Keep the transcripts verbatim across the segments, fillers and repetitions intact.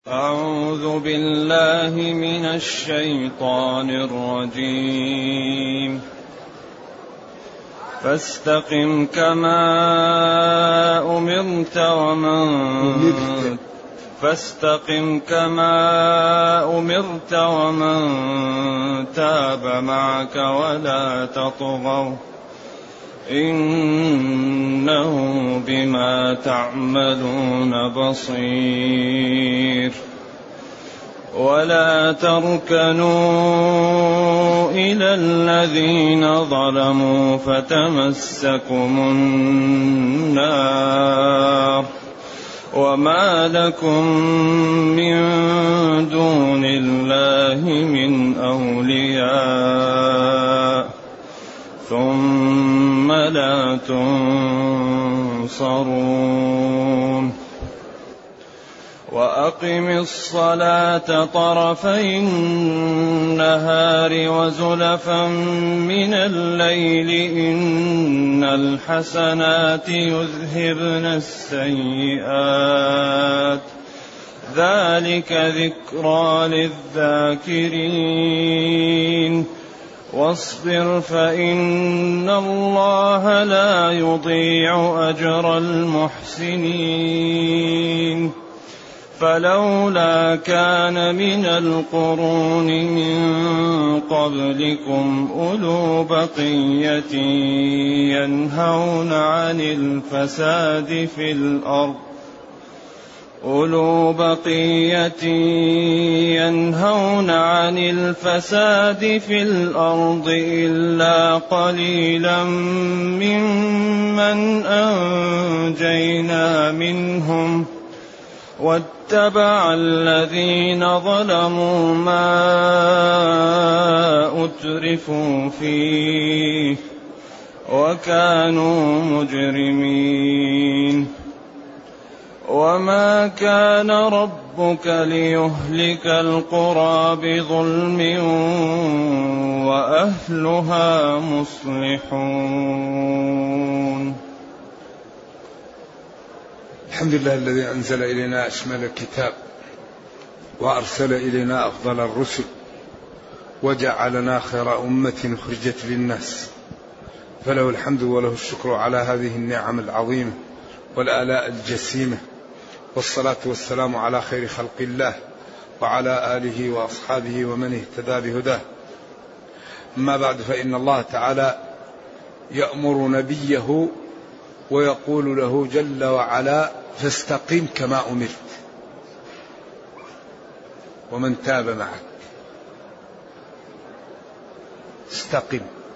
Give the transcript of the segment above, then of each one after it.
أعوذ بالله من الشيطان الرجيم. فاستقم كما أمرت ومن فاستقم كما أمرت ومن تاب معك ولا تطغوا إنه بما تعملون بصير. ولا تركنوا إلى الذين ظلموا فتمسكم النار وما لكم من دون الله من أولياء ثم لا تنصرون. وأقم الصلاة طرفي النهار وزلفا من الليل إن الحسنات يذهبن السيئات ذلك ذكرى للذاكرين. واصبر فإن الله لا يضيع أجر المحسنين. فلولا كان من القرون من قبلكم أولو بقية ينهون عن الفساد في الأرض أولو بقية ينهون عن الفساد في الأرض إلا قليلا ممن أنجينا منهم واتبع الذين ظلموا ما أترفوا فيه وكانوا مجرمين. وما كان ربك ليهلك القرى بظلم وأهلها مصلحون. الحمد لله الذي أنزل إلينا أشمل الكتاب وأرسل إلينا أفضل الرسل وجعلنا خير أمة أخرجت للناس، فله الحمد وله الشكر على هذه النعم العظيمة والآلاء الجسيمة، والصلاة والسلام على خير خلق الله وعلى آله وأصحابه ومن اهتدى بهداه. أما بعد، فإن الله تعالى يأمر نبيه ويقول له جل وعلا: فاستقم كما أمرت ومن تاب معك. استقم،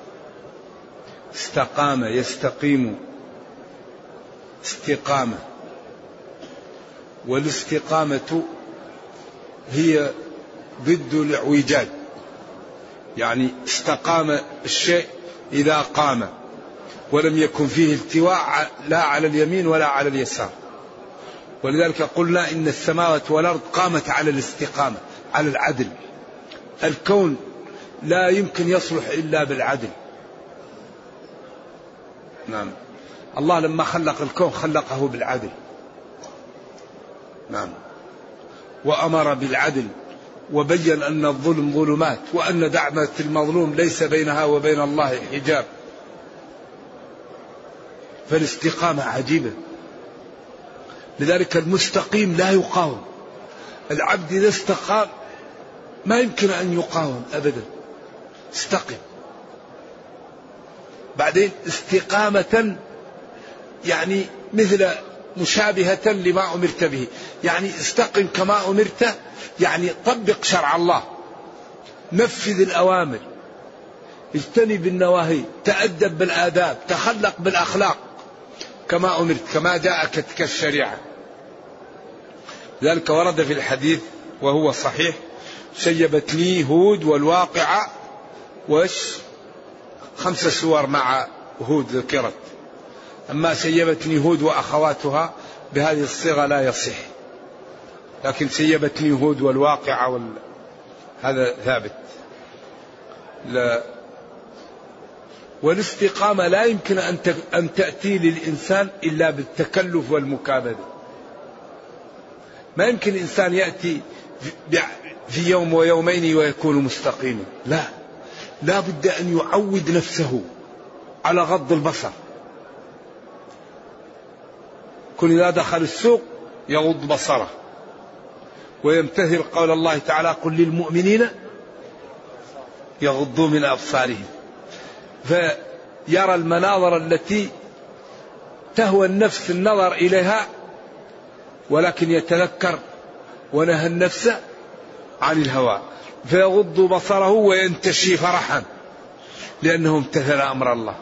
استقام يستقيم استقامة، والاستقامة هي ضد الاعوجاج، يعني استقام الشيء إذا قام ولم يكن فيه التواء لا على اليمين ولا على اليسار. ولذلك قلنا إن السماوات والأرض قامت على الاستقامة، على العدل. الكون لا يمكن يصلح إلا بالعدل. نعم، الله لما خلق الكون خلقه بالعدل. نعم، وأمر بالعدل وبين أن الظلم ظلمات وأن دعوة المظلوم ليس بينها وبين الله حجاب. فالاستقامة عجيبة، لذلك المستقيم لا يقاوم. العبد إذا استقام ما يمكن أن يقاوم أبدا. استقم. بعدين استقامة يعني مثل مشابهة لما أمرت به، يعني استقم كما أمرت، يعني طبق شرع الله، نفذ الأوامر، اجتنب النواهي، تأدب بالآداب، تخلق بالأخلاق كما أمرت، كما جاءك تلك الشريعة. ذلك ورد في الحديث وهو صحيح: شيبتني هود والواقعة، وش خمس سور مع هود ذكرت، أما شيبتني هود وأخواتها بهذه الصيغة لا يصح، لكن شيبتني هود والواقعة وال... هذا ثابت. لا. والاستقامة لا يمكن أن تأتي للإنسان إلا بالتكلف والمكابدة. ما يمكن إنسان يأتي في يوم ويومين ويكون مستقيما، لا، لا بد أن يعود نفسه على غض البصر. كل إذا دخل السوق يغض بصره ويمتثل قول الله تعالى: قل للمؤمنين يغضوا من أبصارهم. فيرى المناظر التي تهوى النفس النظر إليها، ولكن يتذكر ونهى النفس عن الهوى، فيغض بصره وينتشي فرحا لأنه امتثل أمر الله.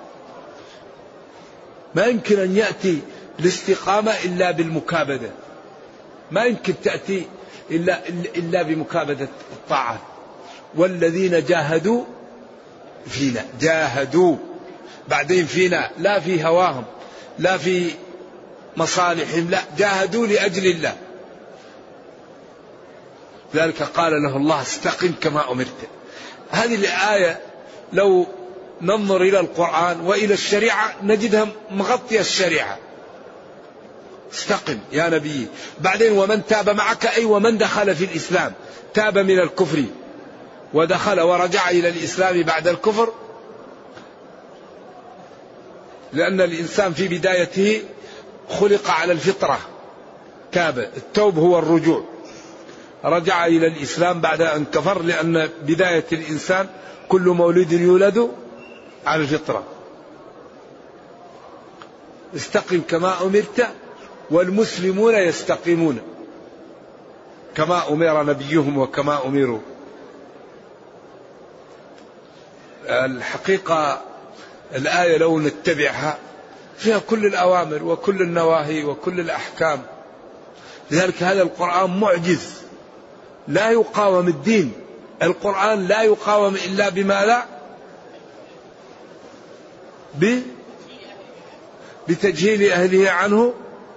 ما يمكن أن يأتي الاستقامة إلا بالمكابدة، ما يمكن تأتي إلا, إلا بمكابدة الطاعة. والذين جاهدوا فينا، جاهدوا بعدين فينا، لا في هواهم لا في مصالحهم، لا، جاهدوا لأجل الله. ذلك قال له الله: استقم كما أمرت. هذه الآية لو ننظر إلى القرآن وإلى الشريعة نجدها مغطية الشريعة. استقم يا نبي. بعدين ومن تاب معك، أي ومن دخل في الإسلام، تاب من الكفر ودخل ورجع إلى الإسلام بعد الكفر، لأن الإنسان في بدايته خلق على الفطرة، تاب. التوب هو الرجوع. رجع إلى الإسلام بعد أن كفر، لأن بداية الإنسان كل مولود يولد على الفطرة. استقم كما أمرت والمسلمون يستقيمون كما أمر نبيهم وكما أمروا. الحقيقة الآية لو نتبعها فيها كل الأوامر وكل النواهي وكل الأحكام. لذلك هذا القرآن معجز، لا يقاوم الدين. القرآن لا يقاوم إلا بما لا ب بتجهيل أهله عنه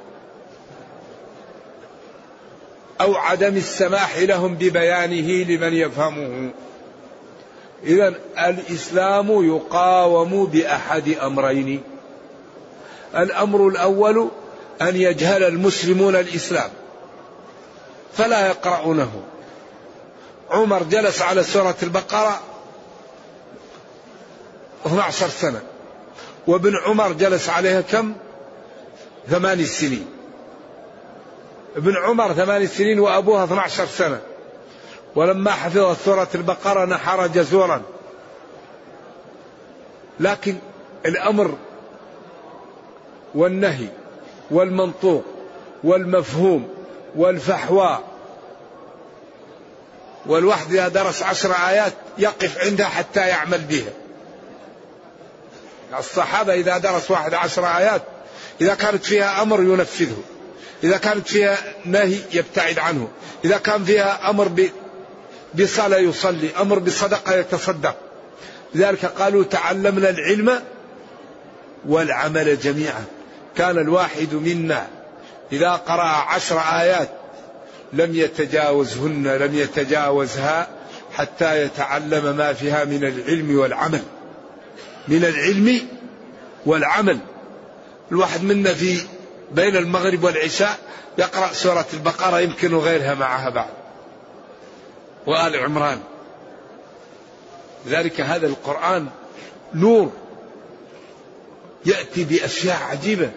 أو عدم السماح لهم ببيانه لمن يفهمه. إذن الإسلام يقاوم بأحد أمرين. الأمر الأول أن يجهل المسلمون الإسلام فلا يقرؤونه. عمر جلس على سورة البقرة اثنتي عشرة سنة، وابن عمر جلس عليها كم؟ ثمان سنين. ابن عمر ثمان سنين وأبوها اثنتي عشرة سنة، ولما حفظ سورة البقرة نحر جزورا. لكن الأمر والنهي والمنطوق والمفهوم والفحوى والواحد إذا درس عشر آيات يقف عندها حتى يعمل بها. الصحابة إذا درس واحد عشر آيات إذا كانت فيها أمر ينفذه، إذا كانت فيها نهي يبتعد عنه، إذا كان فيها أمر بصلاة يصلي، أمر بصدقة يتصدق. لذلك قالوا تعلمنا العلم والعمل جميعا. كان الواحد منا إذا قرأ عشر آيات لم يتجاوزهن، لم يتجاوزها حتى يتعلم ما فيها من العلم والعمل، من العلم والعمل. الواحد منا في بين المغرب والعشاء يقرأ سورة البقرة يمكن غيرها معها بعد، وآل عمران. لذلك هذا القرآن نور يأتي بأشياء عجيبة،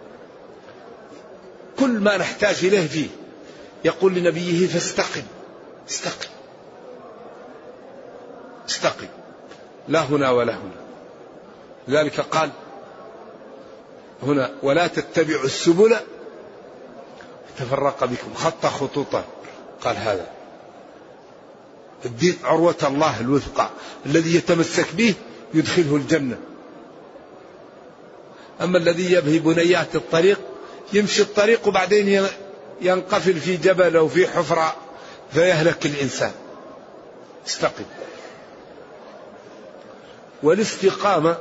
كل ما نحتاج إليه فيه. يقول لنبيه: فاستقم، استقم استقم، لا هنا ولا هنا. لذلك قال هنا: ولا تتبعوا السبل تفرق بكم. خط خطوطا، قال هذا الدين عروة الله الوثقى الذي يتمسك به يدخله الجنة. أما الذي يبهي بنيات الطريق يمشي الطريق وبعدين ينقفل في جبل أو في حفرة فيهلك الإنسان. استقم. والاستقامة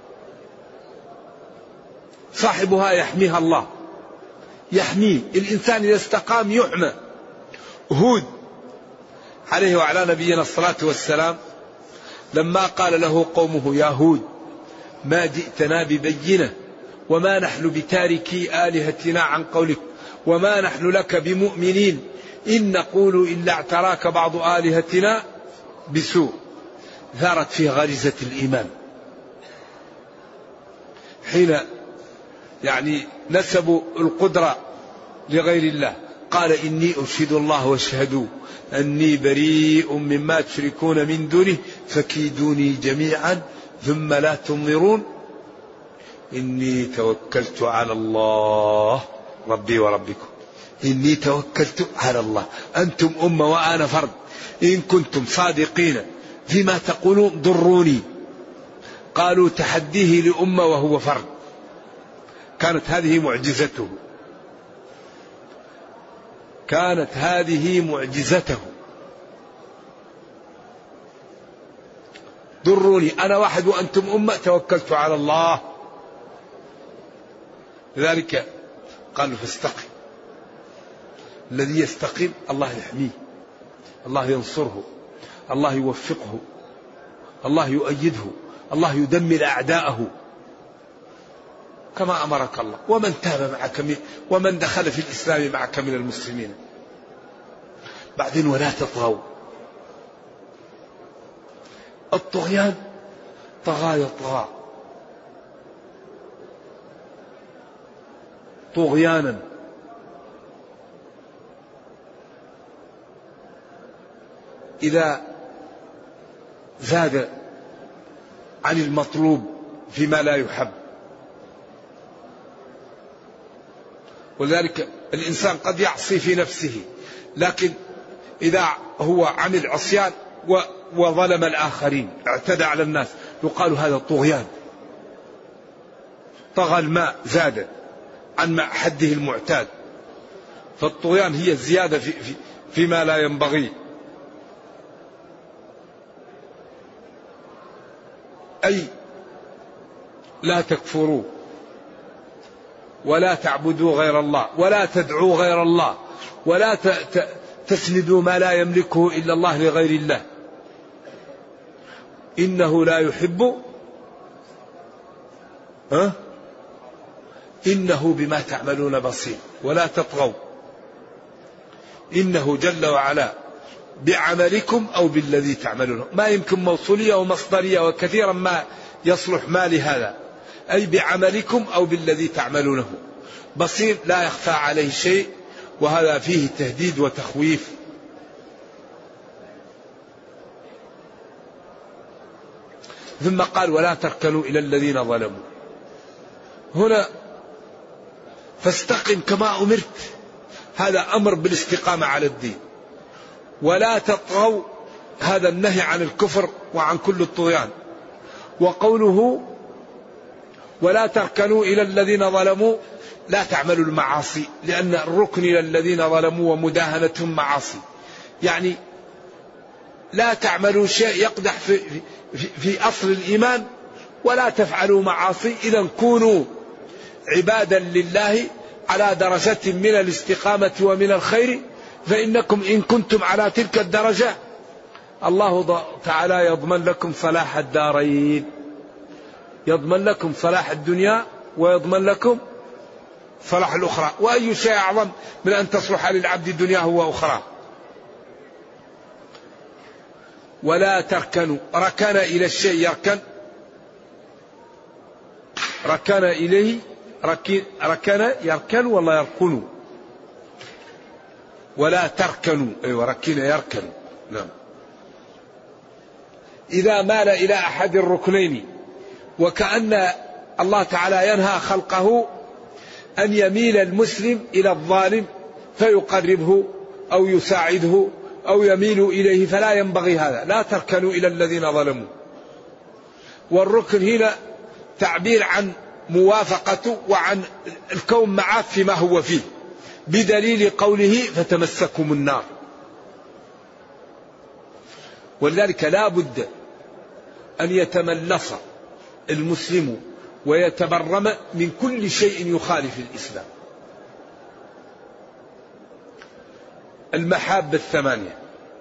صاحبها يحميها الله، يحميه. الإنسان إذا استقام يحمى. هود عليه وعلى نبينا الصلاة والسلام لما قال له قومه: يا هود ما جئتنا ببينة وما نحن بتاركي آلهتنا عن قولك وما نحن لك بمؤمنين إن نقول إلا اعتراك بعض آلهتنا بسوء. ثارت فيه غريزة الإيمان حين يعني نسبوا القدرة لغير الله. قال إني أشهد الله واشهدوا أني بريء مما تشركون من دونه فكيدوني جميعا ثم لا تنظرون إني توكلت على الله ربي وربكم. إني توكلت على الله. أنتم أمة وأنا فرد، إن كنتم صادقين فيما تقولون ضروني. قالوا تحديه لأمة وهو فرد. كانت هذه معجزته، كانت هذه معجزته. ضروني أنا واحد وأنتم أمة، توكلت على الله. لذلك قالوا فاستقم. الذي يستقيم الله يحميه، الله ينصره، الله يوفقه، الله يؤيده، الله يدمر أعداءه كما أمرك الله. ومن تاب معك من ومن دخل في الإسلام معك من المسلمين. بعدين ولا تطغوا. الطغيان طغى يطغى طغيانا. إذا زاد عن المطلوب فيما لا يحب. ولذلك الإنسان قد يعصي في نفسه، لكن إذا هو عمل عصيان وظلم الآخرين، اعتدى على الناس، يقال هذا طغيان. طغى الماء، زاد عن حده المعتاد. فالطغيان هي الزيادة في في فيما لا ينبغي. أي لا تكفروا ولا تعبدوا غير الله ولا تدعوا غير الله ولا تسندوا ما لا يملكه إلا الله لغير الله. إنه لا يحب ها إنه بما تعملون بصير. ولا تطغوا. إنه جل وعلا بعملكم أو بالذي تعملونه. ما يمكن موصولية ومصدرية، وكثيرا ما يصلح ما لهذا. أي بعملكم أو بالذي تعملونه. بصير لا يخفى عليه شيء، وهذا فيه تهديد وتخويف. ثم قال ولا تركنوا إلى الذين ظلموا. هنا فاستقم كما أمرت، هذا أمر بالاستقامة على الدين. ولا تطغوا، هذا النهي عن الكفر وعن كل الطغيان. وقوله ولا تركنوا إلى الذين ظلموا، لا تعملوا المعاصي، لأن الركن إلى الذين ظلموا ومداهنتهم معاصي. يعني لا تعملوا شيء يقدح في, في, في أصل الإيمان، ولا تفعلوا معاصي. إذا كونوا عبادا لله على درجة من الاستقامة ومن الخير، فإنكم إن كنتم على تلك الدرجة الله تعالى يضمن لكم صلاح الدارين. يضمن لكم صلاح الدنيا ويضمن لكم صلاح الأخرى. وأي شيء أعظم من أن تصلح للعبد دنياه وأخرى. ولا تركنوا. ركن إلى الشيء يركن، ركن إليه ركن يركن والله يركن. ولا تركنوا، أيوة ركن يركن. نعم. إذا مال إلى أحد الركنين، وكأن الله تعالى ينهى خلقه أن يميل المسلم إلى الظالم فيقربه أو يساعده أو يميل إليه، فلا ينبغي هذا. لا تركنوا إلى الذين ظلموا. والركن هنا تعبير عن موافقته وعن الكون معه فيما هو فيه، بدليل قوله فتمسكم النار. ولذلك لا بد أن يتملص المسلم ويتبرم من كل شيء يخالف الإسلام. المحاب الثمانية: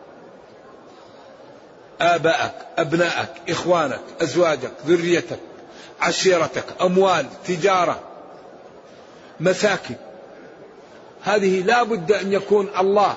آباءك، أبناءك، إخوانك، أزواجك، ذريتك، عشيرتك، أموال، تجارة، مساكن. هذه لا بد أن يكون الله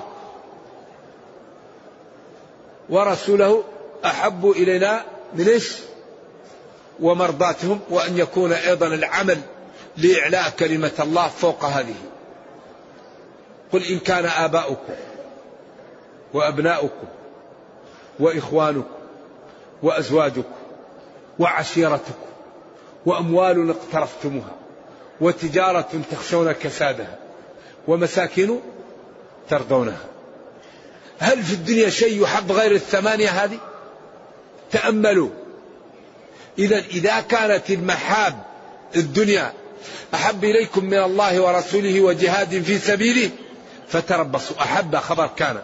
ورسوله أحب إلينا من إيش؟ ومرضاتهم، وأن يكون أيضا العمل لإعلاء كلمة الله فوق هذه. قل إن كان آباؤكم وأبناؤكم وإخوانكم وأزواجكم وعشيرتكم وأموال اقترفتموها وتجارة تخشون كسادها ومساكن ترضونها. هل في الدنيا شيء يحب غير الثمانية هذه؟ تأملوا. إذا إذا كانت المحاب الدنيا أحب إليكم من الله ورسوله وجهاد في سبيله فتربصوا. أحب خبر كان،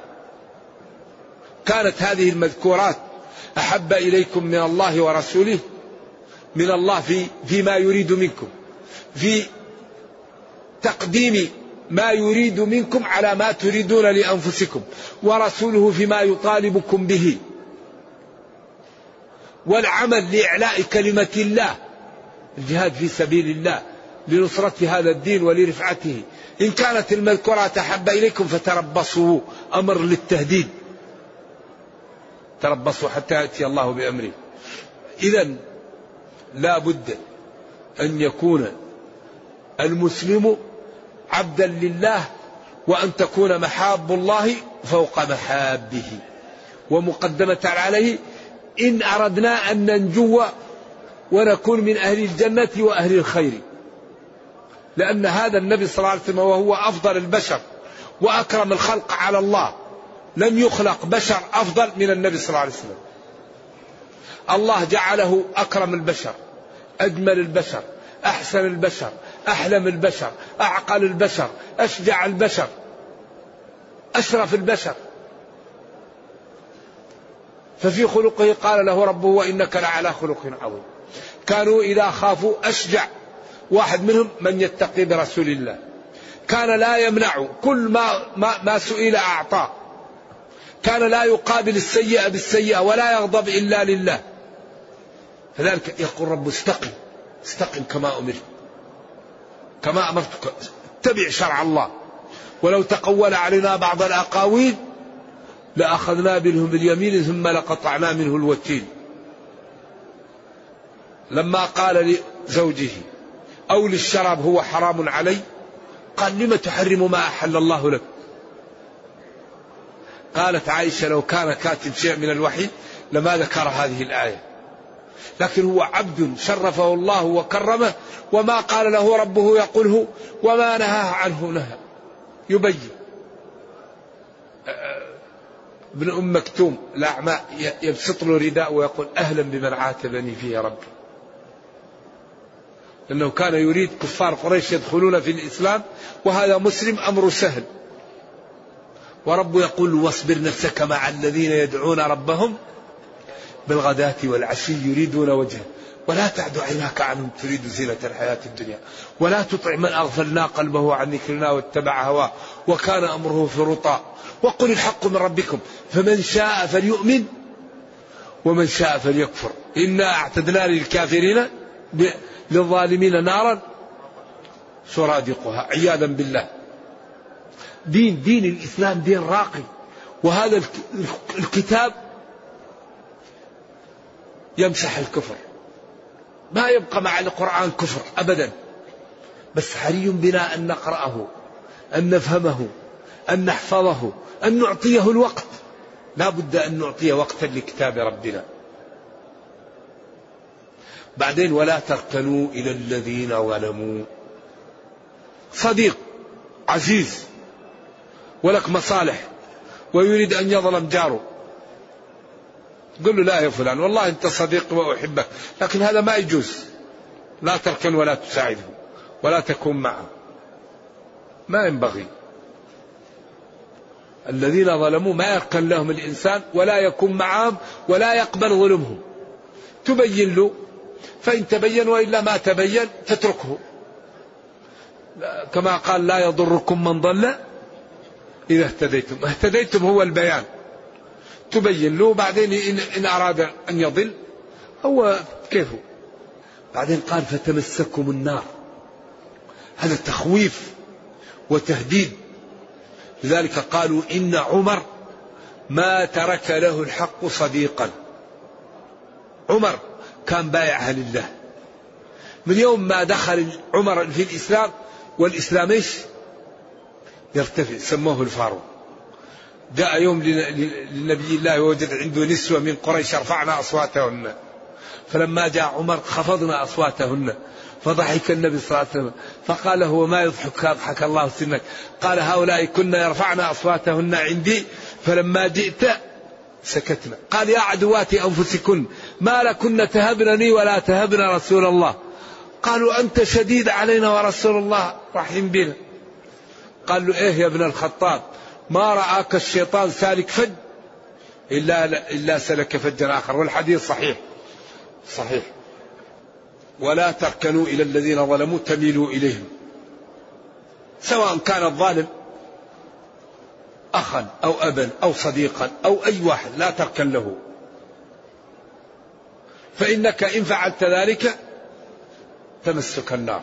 كانت هذه المذكورات أحب إليكم من الله ورسوله، من الله في فيما يريد منكم، في تقديم ما يريد منكم على ما تريدون لأنفسكم، ورسوله فيما يطالبكم به، والعمل لإعلاء كلمة الله، الجهاد في سبيل الله لنصرة هذا الدين ولرفعته. إن كانت المذكورات أحب إليكم فتربصوا، أمر للتهديد، تربصوا حتى يأتي الله بأمره. إذن لا بد أن يكون المسلم عبدا لله، وأن تكون محاب الله فوق محابه ومقدمة عليه، إن أردنا أن ننجو ونكون من أهل الجنة وأهل الخير. لأن هذا النبي صلى الله عليه وسلم وهو أفضل البشر وأكرم الخلق على الله، لم يخلق بشر أفضل من النبي صلى الله عليه وسلم. الله جعله أكرم البشر، أجمل البشر، أحسن البشر، أحلم البشر، أعقل البشر، أشجع البشر، أشرف البشر. ففي خلقه قال له ربه وإنك لعلى خلق عظيم. كانوا إذا خافوا أشجع واحد منهم من يتقي برسول الله، كان لا يمنع، كل ما, ما, ما سئل أعطاه، كان لا يقابل السيئة بالسيئة ولا يغضب إلا لله. فذلك يقول رب استقم استقم كما أمرت، كما أمرتك، اتبع شرع الله. ولو تقول علينا بعض الأقاويل لأخذنا منه باليمين ثم لقطعنا منه الوتين. لما قال لزوجه أو للشراب هو حرام علي، قال لم تحرم ما أحل الله لك؟ قالت عائشة لو كان كاتب شيء من الوحي لما ذكر هذه الآية، لكن هو عبد شرفه الله وكرمه، وما قال له ربه يقوله، وما نهاه عنه نهى، يبين. ابن أم مكتوم الأعمى يبسط له رداء ويقول أهلا بمن عاتبني فيه يا ربي، لأنه كان يريد كفار قريش يدخلون في الإسلام وهذا مسلم أمر سهل. ورب يقول واصبر نفسك مع الذين يدعون ربهم بالغداة والعشي يريدون وجهه ولا تعد عيناك عنهم تريد زينة الحياة الدنيا ولا تطع من أغفلنا قلبه عن ذكرنا واتبع هواه وكان أمره فرطا وقل الحق من ربكم فمن شاء فليؤمن ومن شاء فليكفر إنا أعتدنا للكافرين للظالمين نارا سرادقها عياذا بالله. دين دين الإسلام دين راقي، وهذا الكتاب يمسح الكفر، ما يبقى مع القرآن كفر أبدا، بس حري بنا أن نقرأه، أن نفهمه، أن نحفظه، أن نعطيه الوقت. لا بد أن نعطيه وقتا لكتاب ربنا. بعدين ولا تركنوا إلى الذين ظلموا. صديق عزيز ولك مصالح ويريد أن يظلم جاره، قل له لا يا فلان والله أنت صديقي وأحبك، لكن هذا ما يجوز، لا تركن ولا تساعده ولا تكون معه، ما ينبغي. الذين ظلموا ما يركن لهم الإنسان ولا يكون معهم ولا يقبل ظلمهم. تبين له فإن تبين وإلا ما تبين تتركه، كما قال لا يضركم من ضل إذا اهتديتم. اهتديتم هو البيان، تبين له بعدين إن, إن أراد أن يضل هو كيفه. بعدين قال فتمسكم النار، هذا تخويف وتهديد لذلك قالوا إن عمر ما ترك له الحق صديقا. عمر كان بايعها لله. من يوم ما دخل عمر في الإسلام والإسلام إيش يرتفع، سموه الفاروق. جاء يوم للنبي الله ووجد عنده نسوة من قريش رفعنا أصواتهن، فلما جاء عمر خفضنا أصواتهن، فضحك النبي صلى الله عليه وسلم فقال هو ما يضحك أضحك الله سنك. قال هؤلاء كنا يرفعن أصواتهن عندي فلما جئت سكتنا. قال يا عدوات أنفسكن ما لكن تهبنني ولا تهبن رسول الله. قالوا أنت شديد علينا ورسول الله رحيم بنا. قال له إيه يا ابن الخطاب ما رآك الشيطان سالك فج إلا, إلا سلك فجا آخر. والحديث صحيح صحيح. ولا تركنوا إلى الذين ظلموا تميلوا إليهم، سواء كان الظالم أخا أو أبا أو صديقا أو أي واحد لا تركن له، فإنك إن فعلت ذلك تمسك النار.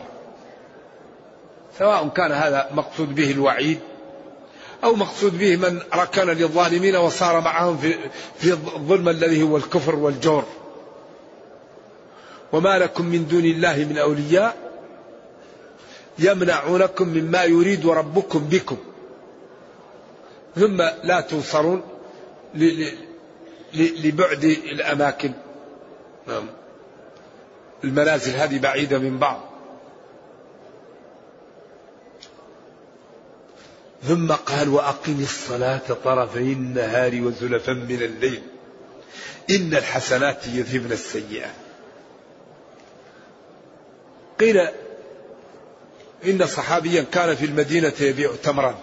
سواء كان هذا مقصود به الوعيد أو مقصود به من ركن للظالمين وصار معهم في, في الظلم الذي هو الكفر والجور. وما لكم من دون الله من أولياء يمنعونكم مما يريد ربكم بكم ثم لا تنصرون لبعد الأماكن. المنازل هذه بعيدة من بعض. ثم قال وأقم الصلاة طرفي النهار وزلفا من الليل إن الحسنات يذهبن السيئات. قيل إن صحابيا كان في المدينة يبيع تمرا،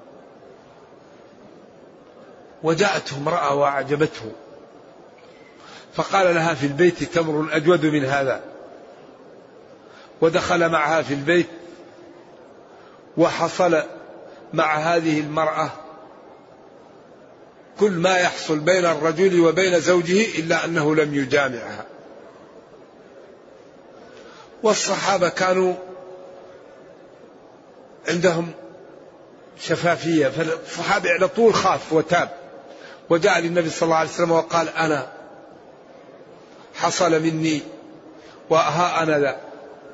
وجاءته امرأة وأعجبته فقال لها في البيت تمر أجود من هذا، ودخل معها في البيت وحصل مع هذه المرأة كل ما يحصل بين الرجل وبين زوجه إلا أنه لم يجامعها. والصحابة كانوا عندهم شفافية، فالصحابي على طول خاف وتاب وجاء للنبي صلى الله عليه وسلم وقال أنا حصل مني وها أنا ذا.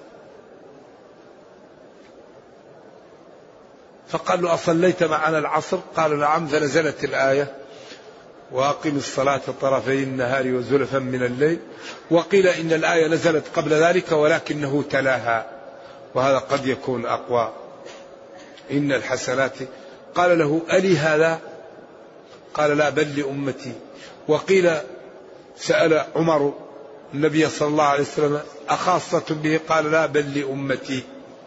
فقال له أصليت معنا العصر؟ قال نعم. فنزلت الآية وأقم الصلاة طرفي النهار وزلفا من الليل. وقيل إن الآية نزلت قبل ذلك ولكنه تلاها، وهذا قد يكون أقوى. إن الحسنات. قال له ألي هذا؟ قال لا بل لأمتي. وقيل سأل عمر النبي صلى الله عليه وسلم أخاصة به؟ قال لا بل لأمتي.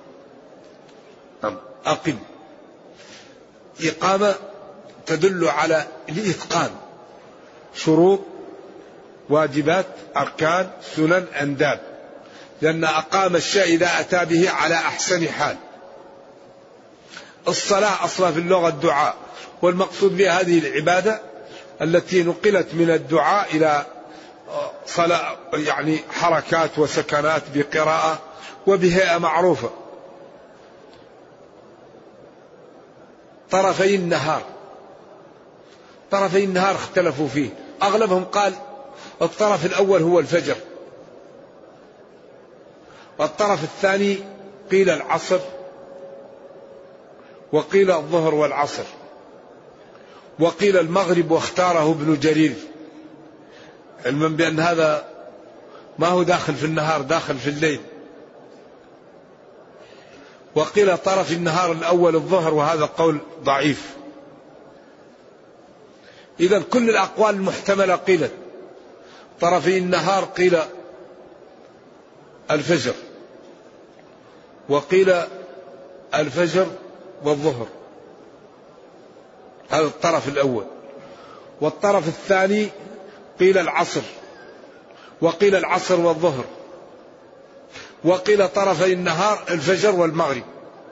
أقم إقامة تدل على الإتقان، شروط واجبات أركان سنن أنداب، لأن أقام الشيء إذا أتى به على أحسن حال. الصلاة أصلا في اللغة الدعاء، والمقصود بها هذه العبادة التي نقلت من الدعاء إلى صلاة، يعني حركات وسكنات بقراءة وبهيئة معروفة. طرفي النهار، طرفي النهار اختلفوا فيه، أغلبهم قال الطرف الأول هو الفجر، والطرف الثاني قيل العصر، وقيل الظهر والعصر، وقيل المغرب واختاره ابن جرير علما بأن هذا ما هو داخل في النهار، داخل في الليل. وقيل طرف النهار الأول الظهر، وهذا قول ضعيف. إذا كل الأقوال المحتملة قيلت. طرفي النهار قيل الفجر، وقيل الفجر والظهر، هذا الطرف الأول. والطرف الثاني قيل العصر، وقيل العصر والظهر، وقيل طرفي النهار الفجر والمغرب.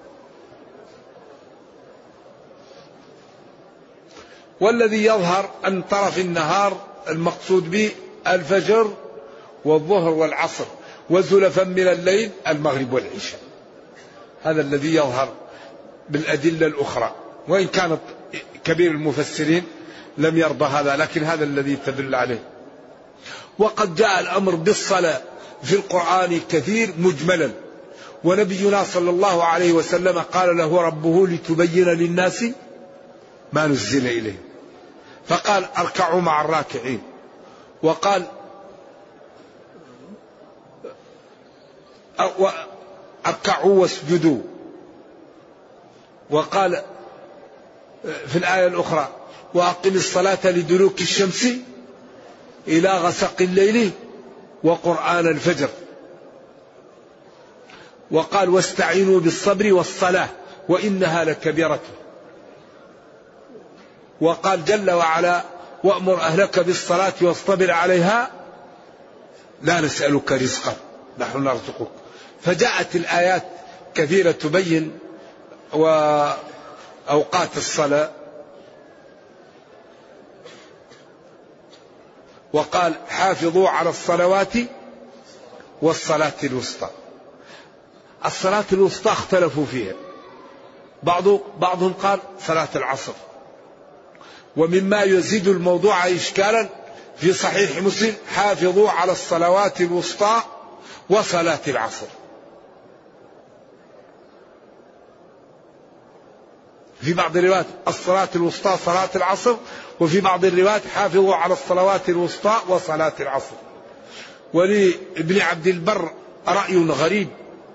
والذي يظهر أن طرف النهار المقصود به الفجر والظهر والعصر، وزلفا من الليل المغرب والعشاء. هذا الذي يظهر بالأدلة الأخرى. وإن كانت كبير المفسرين لم يرضى هذا، لكن هذا الذي تدل عليه. وقد جاء الأمر بالصلاة في القرآن كثير مجملا، ونبينا صلى الله عليه وسلم قال له ربه لتبين للناس ما نزل إليه، فقال اركعوا مع الراكعين، وقال اركعوا واسجدوا، وقال في الآية الأخرى وأقم الصلاة لدلوك الشمس إلى غسق الليل وقرآن الفجر، وقال واستعينوا بالصبر والصلاة وإنها لكبيرة، وقال جل وعلا وأمر أهلك بالصلاة واصطبر عليها لا نسألك رزقا نحن نرزقك. فجاءت الآيات كثيرة تبين وأوقات الصلاة. وقال حافظوا على الصلوات والصلاة الوسطى. الصلاة الوسطى اختلفوا فيها، بعض بعضهم قال صلاة العصر. ومما يزيد الموضوع إشكالا في صحيح مسلم حافظوا على الصلوات الوسطى وصلاة العصر. في بعض الروايات الصلاة الوسطى صلاة العصر، وفي بعض الروايات حافظوا على الصلوات الوسطى وصلاة العصر. ولابن عبد البر رأي غريب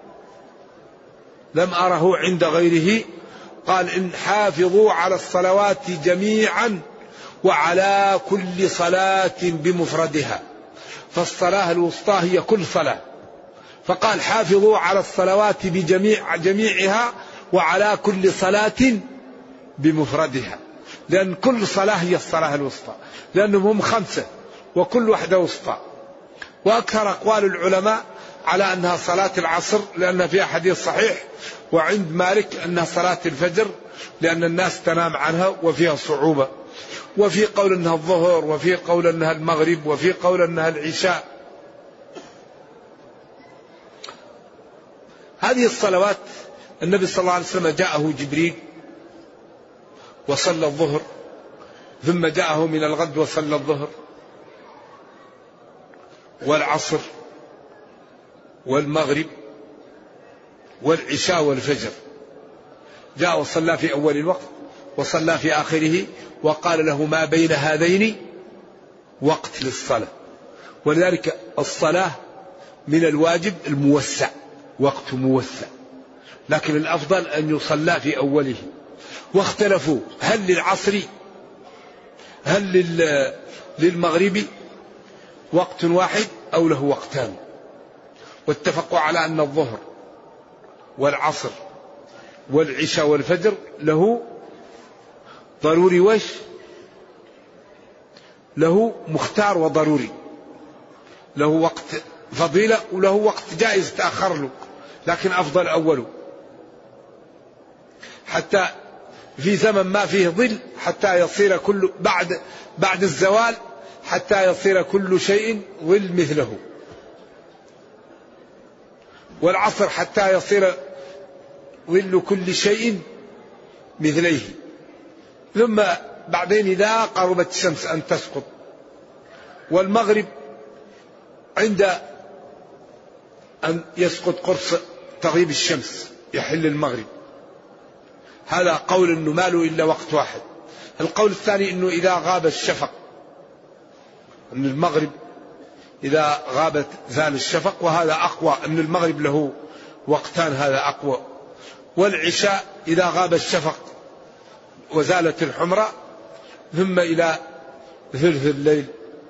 لم أره عند غيره، قال إن حافظوا على الصلوات جميعا وعلى كل صلاة بمفردها، فالصلاة الوسطى هي كل صلاة، فقال حافظوا على الصلوات بجميع جميعها وعلى كل صلاة بمفردها، لأن كل صلاة هي الصلاة الوسطى، لأنهم هم خمسة وكل واحدة وسطى. وأكثر أقوال العلماء على أنها صلاة العصر لأن فيها حديث صحيح، وعند مالك أنها صلاة الفجر لأن الناس تنام عنها وفيها صعوبة، وفي قول أنها الظهر، وفي قول أنها المغرب، وفي قول أنها العشاء. هذه الصلوات النبي صلى الله عليه وسلم جاءه جبريل وصلى الظهر، ثم جاءه من الغد وصلى الظهر والعصر والمغرب والعشاء والفجر. جاء وصلى في أول الوقت وصلى في آخره، وقال له ما بين هذين وقت للصلاة. ولذلك الصلاة من الواجب الموسع، وقت موسع، لكن الأفضل أن يصلى في أوله. واختلفوا هل للعصر هل للمغرب وقت واحد أو له وقتان، واتفقوا على أن الظهر والعصر والعشاء والفجر له ضروري وش له مختار وضروري، له وقت فضيلة وله وقت جائز تأخر له، لكن أفضل أوله، حتى في زمن ما فيه ظل حتى يصير كل بعد بعد الزوال حتى يصير كل شيء ظل مثله، والعصر حتى يصير ظل كل شيء مثليه، ثم بعدين إذا قربت الشمس أن تسقط، والمغرب عند أن يسقط قرص تغيب الشمس يحل المغرب. هذا قول أنه ما له إلا وقت واحد. القول الثاني أنه إذا غاب الشفق، أن المغرب إذا غابت زال الشفق، وهذا أقوى، أن المغرب له وقتان، هذا أقوى. والعشاء إذا غاب الشفق وزالت الحمرة، ثم إلى ثلث الليل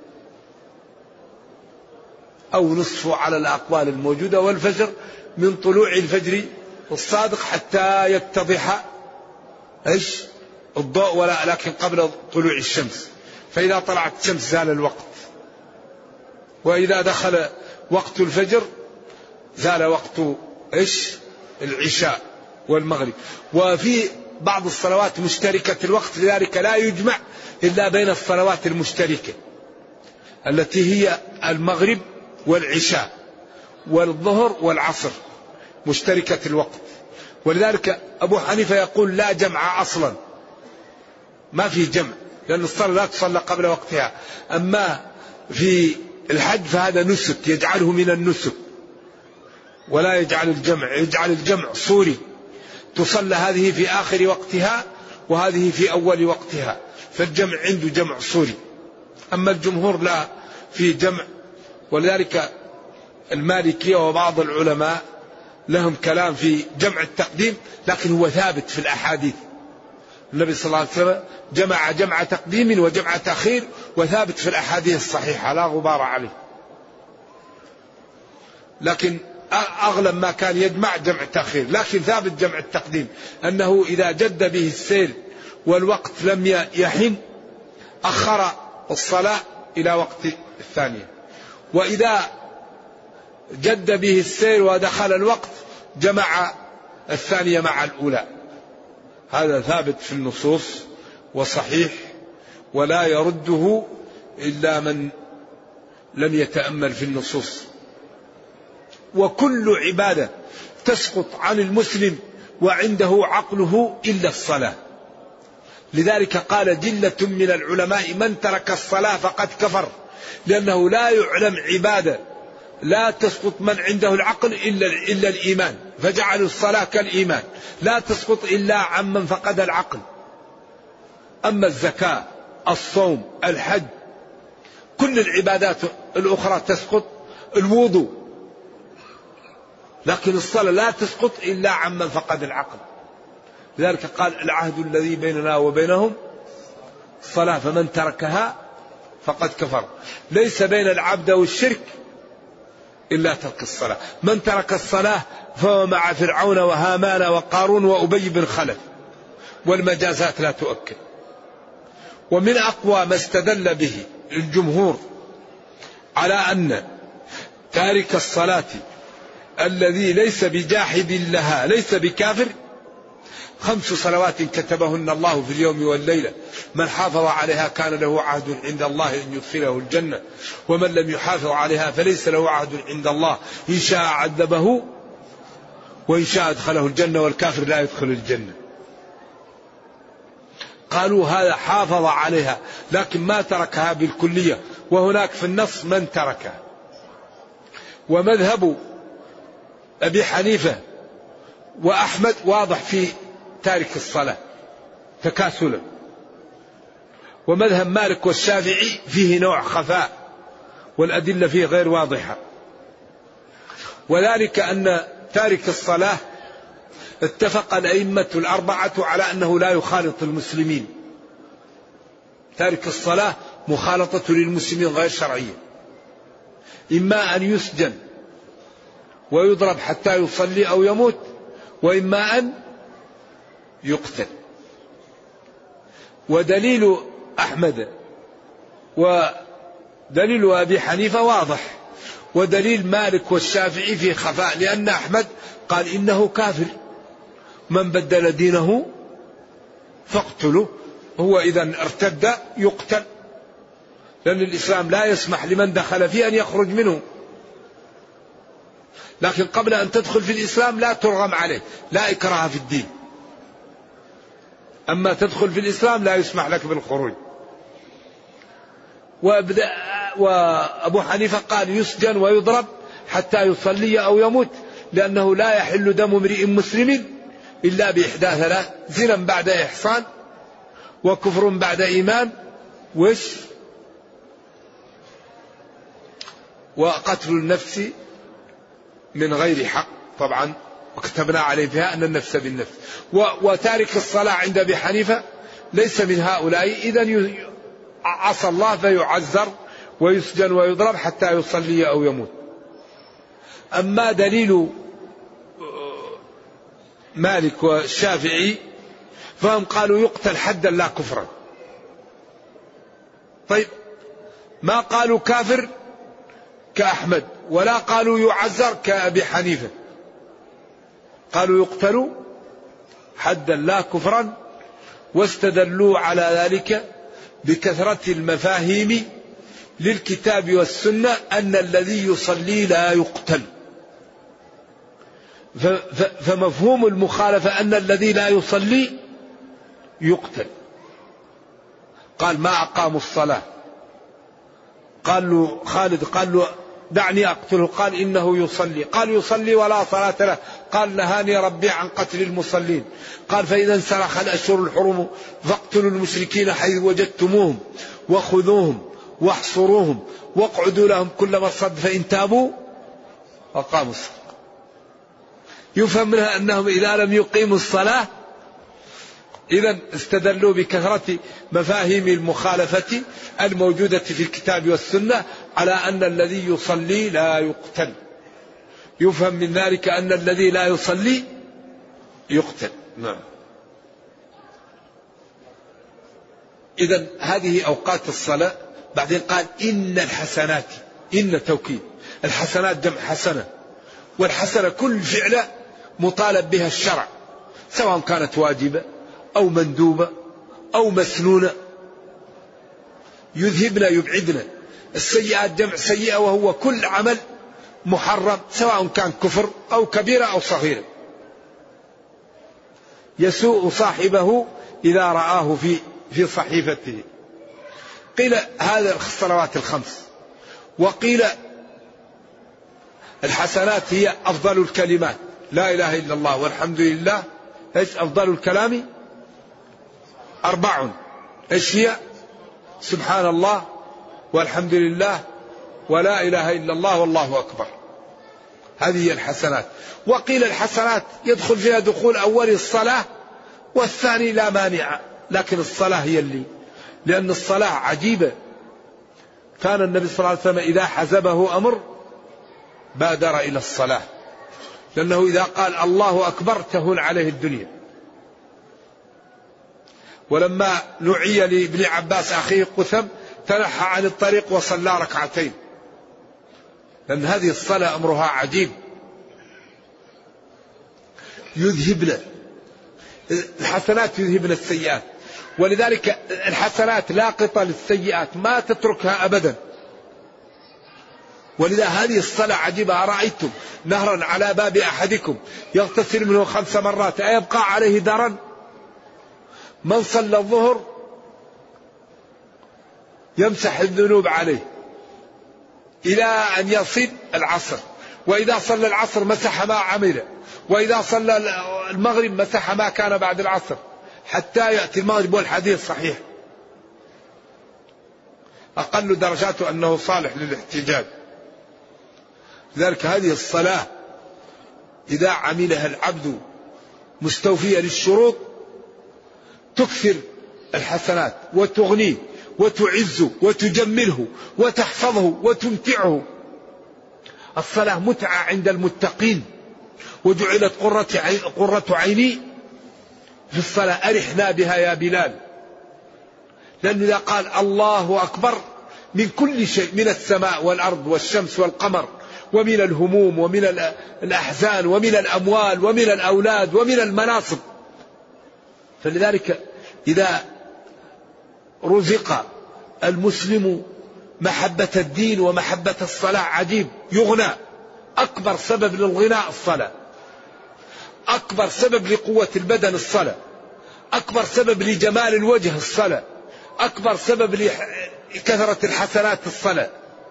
أو نصفه على الأقوال الموجودة. والفجر من طلوع الفجر الصادق حتى يتضح ايش الضوء، ولا لكن قبل طلوع الشمس، فإذا طلعت الشمس زال الوقت. وإذا دخل وقت الفجر زال وقت ايش العشاء والمغرب. وفي بعض الصلوات مشتركة الوقت، لذلك لا يجمع إلا بين الصلوات المشتركة التي هي المغرب والعشاء والظهر والعصر مشتركة الوقت. ولذلك أبو حنيفة يقول لا جمع أصلا ما في جمع، لأن الصلاة لا تصلى قبل وقتها. أما في الحج فهذا نسك يجعله من النسك، ولا يجعل الجمع، يجعل الجمع صوري، تصلى هذه في آخر وقتها وهذه في أول وقتها، فالجمع عنده جمع صوري. أما الجمهور لا، في جمع. ولذلك المالكية وبعض العلماء لهم كلام في جمع التقديم، لكن هو ثابت في الأحاديث. النبي صلى الله عليه وسلم جمع جمع تقديم وجمع تأخير، وثابت في الأحاديث الصحيحة لا غبار عليه. لكن أغلب ما كان يجمع جمع تأخير، لكن ثابت جمع التقديم، أنه إذا جد به السير والوقت لم يحن أخر الصلاة إلى وقت الثانية، وإذا جد به السير ودخل الوقت جمع الثانية مع الأولى. هذا ثابت في النصوص وصحيح، ولا يرده إلا من لم يتأمل في النصوص. وكل عبادة تسقط عن المسلم وعنده عقله إلا الصلاة. لذلك قال جلة من العلماء من ترك الصلاة فقد كفر، لأنه لا يعلم عبادة لا تسقط من عنده العقل إلا, إلا الإيمان، فجعلوا الصلاة كالإيمان لا تسقط إلا عمن فقد العقل. أما الزكاة، الصوم، الحج، كل العبادات الأخرى تسقط، الوضوء، لكن الصلاة لا تسقط إلا عمن فقد العقل. لذلك قال العهد الذي بيننا وبينهم الصلاة فمن تركها فقد كفر. ليس بين العبد والشرك إلا ترك الصلاة. من ترك الصلاة فهو مع فرعون وهامان وقارون وأبي بن خلف، والمجازات لا تؤكد. ومن أقوى ما استدل به الجمهور على أن تارك الصلاة الذي ليس بجاحد لها ليس بكافر، خمس صلوات كتبهن الله في اليوم والليلة، من حافظ عليها كان له عهد عند الله أن يدخله الجنة، ومن لم يحافظ عليها فليس له عهد عند الله، إن شاء عذبه وإن شاء أدخله الجنة، والكافر لا يدخل الجنة. قالوا هذا حافظ عليها لكن ما تركها بالكلية، وهناك في النص من تركها. ومذهب أبي حنيفة وأحمد واضح في تارك الصلاة تكاسلا، ومذهب مالك والشافعي فيه نوع خفاء والأدلة فيه غير واضحة. وذلك أن تارك الصلاة اتفق الأئمة الأربعة على أنه لا يخالط المسلمين. تارك الصلاة مخالطة للمسلمين غير شرعية، إما أن يسجن ويضرب حتى يصلي أو يموت، وإما أن يقتل. ودليل أحمد ودليل أبي حنيفة واضح، ودليل مالك والشافعي في خفاء، لأن أحمد قال إنه كافر، من بدل دينه فاقتله. هو إذا ارتد يقتل، لأن الإسلام لا يسمح لمن دخل فيه أن يخرج منه، لكن قبل أن تدخل في الإسلام لا ترغم عليه، لا إكراه في الدين. أما تدخل في الإسلام لا يسمح لك بالخروج. وأبو حنيفة قال يسجن ويضرب حتى يصلي أو يموت، لأنه لا يحل دم امرئ مسلم إلا بإحدى ثلاث: زنا بعد إحصان، وكفر بعد إيمان، وش وقتل النفس من غير حق. طبعا وكتبنا عليه فيها أن النفس بالنفس. وتارك الصلاة عند أبي حنيفة ليس من هؤلاء، إذا عصى الله فيعذر ويسجن ويضرب حتى يصلي أو يموت. أما دليل مالك والشافعي فهم قالوا يقتل حدا لا كفرا. طيب ما قالوا كافر كأحمد، ولا قالوا يعذر كأبي حنيفة، قالوا يقتل حدا لا كفرا، واستدلوا على ذلك بكثرة المفاهيم للكتاب والسنة أن الذي يصلي لا يقتل. فمفهوم المخالفة أن الذي لا يصلي يقتل. قال ما أقاموا الصلاة. قال له خالد قال له دعني أقتله. قال إنه يصلي. قال يصلي ولا صلاة له. قال نهاني ربي عن قتل المصلين. قال فإذا انسلخ الأشهر الحرم فاقتلوا المشركين حيث وجدتموهم وخذوهم واحصروهم واقعدوا لهم كل مرصد فإن تابوا وأقاموا الصلاة. يفهم منها أنهم إذا لم يقيموا الصلاة إذا استدلوا بكثرة مفاهيم المخالفة الموجودة في الكتاب والسنة على أن الذي يصلي لا يقتل. يفهم من ذلك أن الذي لا يصلي يقتل. نعم. إذا هذه أوقات الصلاة. بعدين قال إن الحسنات، إن توكيد، الحسنات جمع حسنة، والحسنة كل فعلة مطالب بها الشرع سواء كانت واجبة أو مندوبة أو مسنونة. يذهبنا يبعدنا. السيئات جمع سيئة وهو كل عمل محرم سواء كان كفر أو كبيرة أو صغيرة. يسوء صاحبه إذا رآه في في صحيفته. قيل هذا الصلوات الخمس، وقيل الحسنات هي أفضل الكلمات، لا إله إلا الله والحمد لله. إيش أفضل الكلام؟ أربع. إيش هي؟ سبحان الله والحمد لله ولا إله إلا الله والله أكبر. هذه هي الحسنات. وقيل الحسنات يدخل فيها دخول أول الصلاة والثاني لا مانع، لكن الصلاة هي اللي، لأن الصلاة عجيبة. كان النبي صلى الله عليه وسلم إذا حزبه أمر بادر إلى الصلاة، لأنه إذا قال الله أكبر تهون عليه الدنيا. ولما نعي لابن عباس أخيه قثم تنحى عن الطريق وصلى ركعتين، لأن هذه الصلاة أمرها عجيب. يذهبنا الحسنات، يذهبنا السيئات، ولذلك الحسنات لاقطة للسيئات ما تتركها أبدا. ولذا هذه الصلاة عجيبة. أرأيتم نهرا على باب أحدكم يغتسل منه خمس مرات أيبقى عليه درن؟ من صلى الظهر يمسح الذنوب عليه إلى أن يصل العصر، وإذا صلى العصر مسح ما عمل، وإذا صلى المغرب مسح ما كان بعد العصر حتى يأتي المغرب، والحديث صحيح. أقل درجاته أنه صالح للاحتجاج. لذلك هذه الصلاة إذا عملها العبد مستوفية للشروط تكثر الحسنات وتغنيه وتعزه وتجمله وتحفظه وتمتعه. الصلاة متعة عند المتقين، وجعلت قرة عين قرة عيني في الصلاة. أرحنا بها يا بلال، لأنه إذا قال الله أكبر من كل شيء، من السماء والأرض والشمس والقمر ومن الهموم ومن الأحزان ومن الأموال ومن الأولاد ومن المناصب. فلذلك إذا رزق المسلم محبة الدين ومحبة الصلاة عجيب يغنى. أكبر سبب للغناء الصلاة، أكبر سبب لقوة البدن الصلاة، أكبر سبب لجمال الوجه الصلاة، أكبر سبب لكثرة الحسنات الصلاة.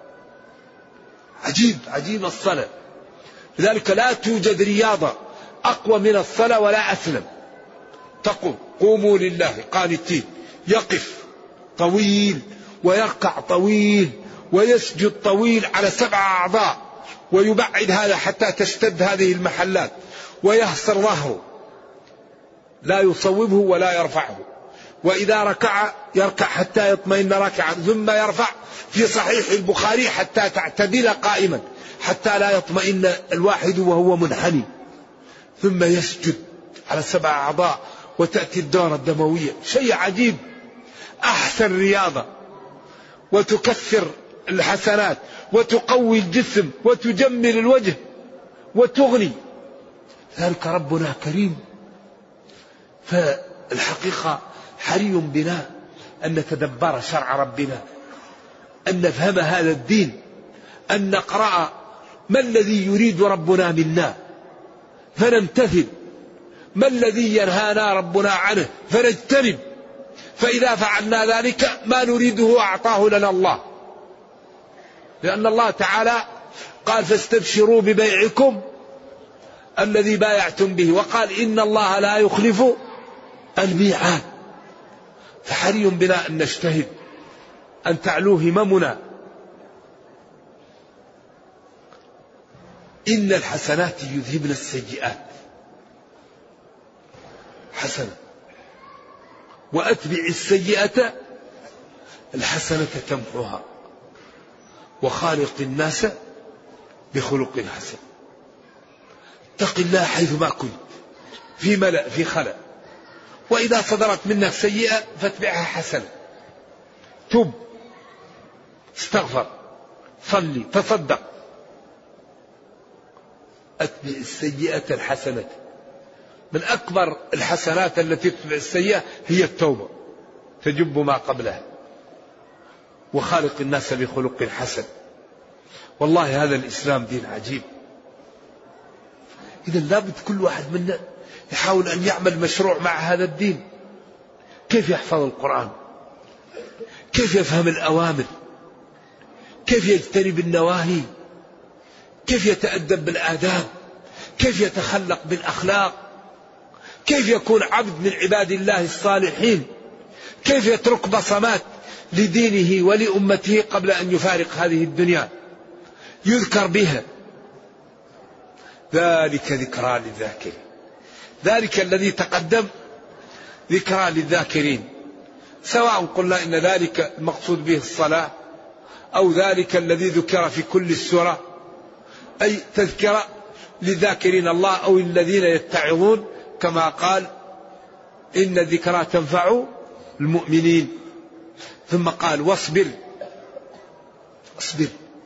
عجيب عجيب الصلاة. لذلك لا توجد رياضة أقوى من الصلاة ولا أسلم. تقوم قوموا لله قانتين، يقف طويل ويركع طويل ويسجد طويل على سبع أعضاء، ويبعد هذا حتى تشتد هذه المحلات، ويهصر ظهره لا يصوبه ولا يرفعه. وإذا ركع يركع حتى يطمئن راكعا، ثم يرفع في صحيح البخاري حتى تعتدل قائما، حتى لا يطمئن الواحد وهو منحني، ثم يسجد على سبع أعضاء وتأتي الدورة الدموية. شيء عجيب. أحسن رياضة، وتكثر الحسنات وتقوي الجسم وتجمل الوجه وتغني. ذلك ربنا كريم. فالحقيقة حري بنا أن نتدبر شرع ربنا، أن نفهم هذا الدين، أن نقرأ ما الذي يريد ربنا منا فنمتثل، ما الذي ينهانا ربنا عنه فنجتنب. فإذا فعلنا ذلك ما نريده أعطاه لنا الله، لأن الله تعالى قال فاستبشروا ببيعكم الذي بايعتم به، وقال إن الله لا يخلف الميعاد. فحري بنا أن نجتهد أن تعلو هممنا. إن الحسنات يذهبن السيئات، حسنة، وأتبع السيئة الحسنة تمحوها، وخالق الناس بخلق حسن. اتق الله حيثما كنت، في ملأ في خلأ، وإذا صدرت منك سيئة فاتبعها حسنة، تب، استغفر، صلي، تصدق. أتبع السيئة الحسنة. من أكبر الحسنات التي تتبع السيئة هي التوبة، تجب ما قبلها. وخالق الناس بخلق حسن. والله هذا الإسلام دين عجيب. إذا لابد كل واحد منا يحاول أن يعمل مشروع مع هذا الدين. كيف يحفظ القرآن، كيف يفهم الأوامر، كيف يجتنب النواهي، كيف يتأدب بالآداب، كيف يتخلق بالأخلاق، كيف يكون عبد من عباد الله الصالحين، كيف يترك بصمات لدينه ولأمته قبل أن يفارق هذه الدنيا يذكر بها. ذلك ذكرى للذاكرين. ذلك الذي تقدم ذكرى للذاكرين، سواء قلنا إن ذلك المقصود به الصلاة، أو ذلك الذي ذكر في كل السورة، أي تذكرة للذاكرين الله أو الذين يتعظون، كما قال إن الذكرى تنفع المؤمنين. ثم قال واصبر. اصبر،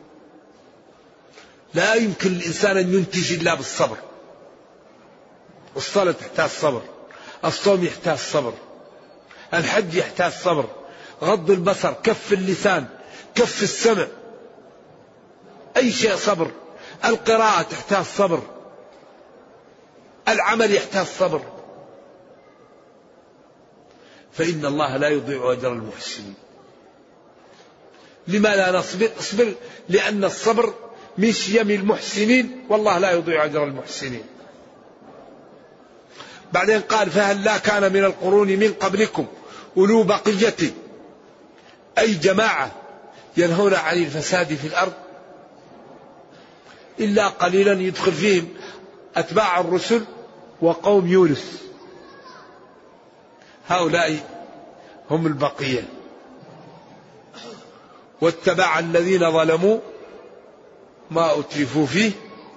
لا يمكن الإنسان أن ينتج إلا بالصبر. الصلاة تحتاج صبر، الصوم يحتاج صبر، الحج يحتاج صبر، غض البصر، كف اللسان، كف السمع، أي شيء صبر. القراءة تحتاج صبر، العمل يحتاج صبر. فإن الله لا يضيع أجر المحسنين. لما لا نصبر؟ اصبر لأن الصبر من شيم المحسنين، والله لا يضيع أجر المحسنين. بعدين قال فهل لا كان من القرون من قبلكم أولو بقية، أي جماعة ينهون عن الفساد في الأرض إلا قليلا يدخل فيهم أتباع الرسل وقوم يونس. هؤلاء هم البقية. واتبع الذين ظلموا ما أترفوا فيه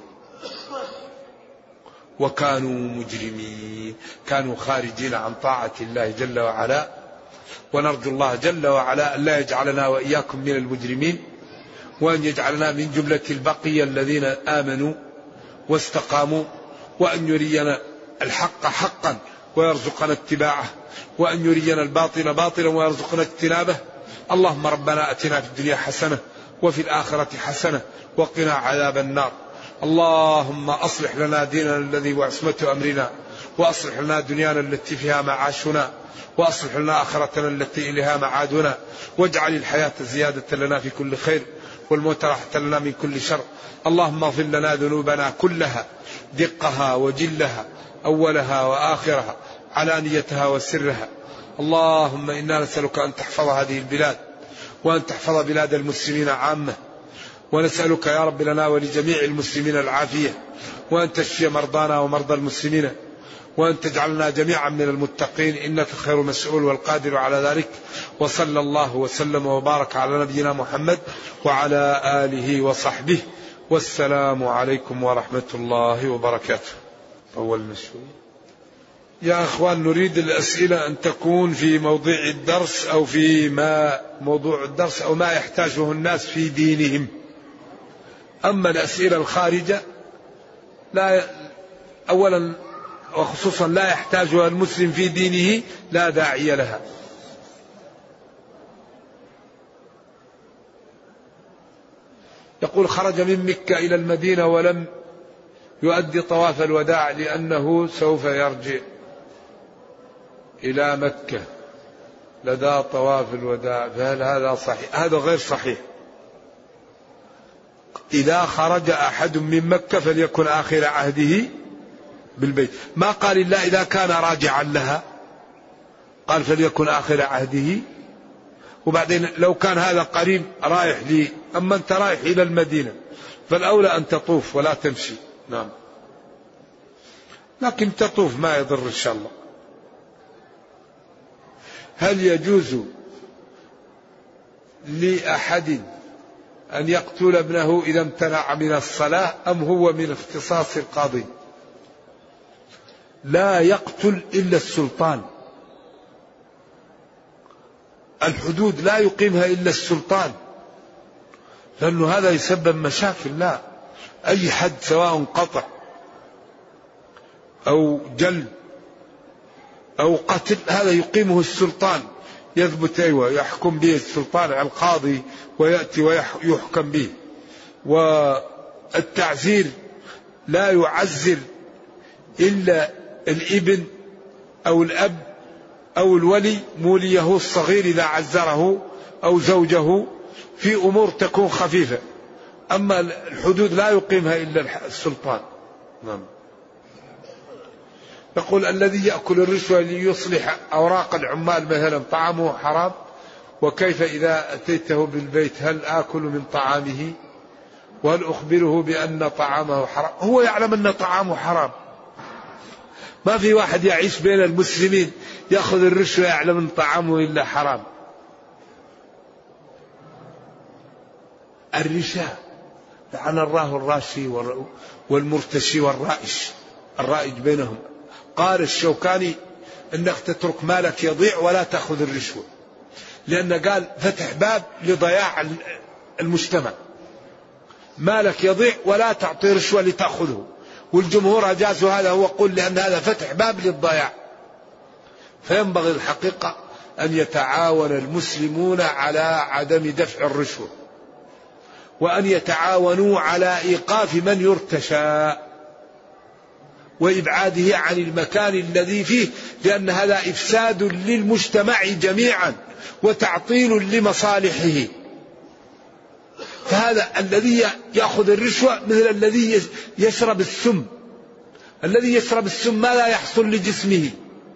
وكانوا مجرمين. كانوا خارجين عن طاعة الله جل وعلا. ونرجو الله جل وعلا أن لا يجعلنا وإياكم من المجرمين، وأن يجعلنا من جملة البقية الذين آمنوا واستقاموا، وأن يرينا الحق حقا ويرزقنا اتباعه، وأن يرينا الباطل باطلا ويرزقنا اجتنابه. اللهم ربنا أتنا في الدنيا حسنة وفي الآخرة حسنة وقنا عذاب النار. اللهم أصلح لنا ديننا الذي هو عصمة أمرنا، وأصلح لنا دنيانا التي فيها معاشنا، وأصلح لنا آخرتنا التي إليها معادنا، واجعل الحياة زيادة لنا في كل خير والموت راحة لنا من كل شر. اللهم اغفر لنا ذنوبنا كلها، دقها وجلها، أولها وآخرها، علانيتها وسرها. اللهم إنا نسألك أن تحفظ هذه البلاد، وأن تحفظ بلاد المسلمين عامة، ونسألك يا رب لنا ولجميع المسلمين العافية، وأن تشفي مرضانا ومرضى المسلمين، وأن تجعلنا جميعا من المتقين، إنك خير مسؤول والقادر على ذلك. وصلى الله وسلم وبارك على نبينا محمد وعلى آله وصحبه، والسلام عليكم ورحمة الله وبركاته. أول مسؤول. يا أخوان، نريد الأسئلة أن تكون في موضوع الدرس أو في ما موضوع الدرس أو ما يحتاجه الناس في دينهم. أما الأسئلة الخارجة لا، أولا وخصوصا لا يحتاجها المسلم في دينه، لا داعي لها. يقول خرج من مكة إلى المدينة ولم يؤدي طواف الوداع لأنه سوف يرجع إلى مكة. لدى طواف الوداع، فهل هذا صحيح؟ هذا غير صحيح. إذا خرج أحد من مكة فليكن آخر عهده بالبيت، ما قال إلا إذا كان راجعا لها، قال فليكن آخر عهده. وبعدين لو كان هذا قريب رايح لي، أما أنت رايح إلى المدينة فالأولى أن تطوف ولا تمشي. نعم، لكن تطوف ما يضر إن شاء الله. هل يجوز لأحد أن يقتل ابنه إذا امتنع من الصلاة أم هو من اختصاص القاضي؟ لا يقتل إلا السلطان، الحدود لا يقيمها إلا السلطان، لأنه هذا يسبب مشاكل. لا، أي حد سواء قطع أو جلد أو قتل هذا يقيمه السلطان، يثبت أيوة يحكم به السلطان على القاضي ويأتي ويحكم به. والتعزير لا يعزر إلا الابن أو الأب أو الولي موليه الصغير إذا عزره أو زوجه في أمور تكون خفيفة، أما الحدود لا يقيمها إلا السلطان. نعم. يقول الذي يأكل الرشوة ليصلح أوراق العمال مثلا طعامه حرام، وكيف إذا أتيته بالبيت هل آكل من طعامه وهل أخبره بأن طعامه حرام؟ هو يعلم أن طعامه حرام. ما في واحد يعيش بين المسلمين يأخذ الرشوة يعلم أن طعامه إلا حرام. الرشا لعن الله الراشي والمرتشي والرائش، الرائج بينهم. قال الشوكاني انك تترك مالك يضيع ولا تأخذ الرشوة، لأن قال فتح باب لضياع المجتمع. مالك يضيع ولا تعطي رشوة لتأخذه، والجمهور أجازوا هذا، هو قل لأن هذا فتح باب للضياع. فينبغي الحقيقة أن يتعاون المسلمون على عدم دفع الرشوة، وأن يتعاونوا على إيقاف من يرتشى وإبعاده عن المكان الذي فيه، لأن هذا إفساد للمجتمع جميعا وتعطيل لمصالحه. فهذا الذي يأخذ الرشوة مثل الذي يشرب السم. الذي يشرب السم ما لا يحصل لجسمه،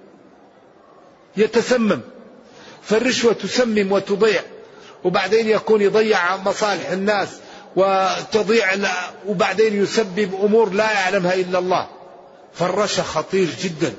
يتسمم. فالرشوة تسمم وتضيع، وبعدين يكون يضيع مصالح الناس وتضيع، وبعدين يسبب أمور لا يعلمها إلا الله. فالرشا خطير جدا.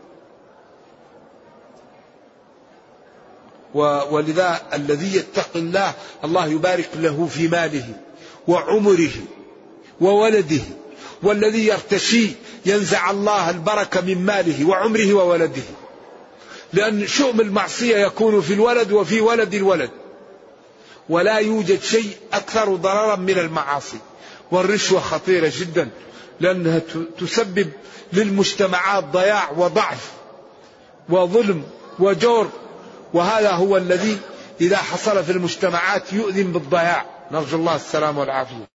ولذا الذي يتقي الله الله يبارك له في ماله وعمره وولده، والذي يرتشي ينزع الله البركة من ماله وعمره وولده، لأن شؤم المعصية يكون في الولد وفي ولد الولد، ولا يوجد شيء أكثر ضررا من المعاصي. والرشوة خطيرة جدا، لأنها تسبب للمجتمعات ضياع وضعف وظلم وجور، وهذا هو الذي إذا حصل في المجتمعات يؤذن بالضياع. نرجو الله السلام والعافية.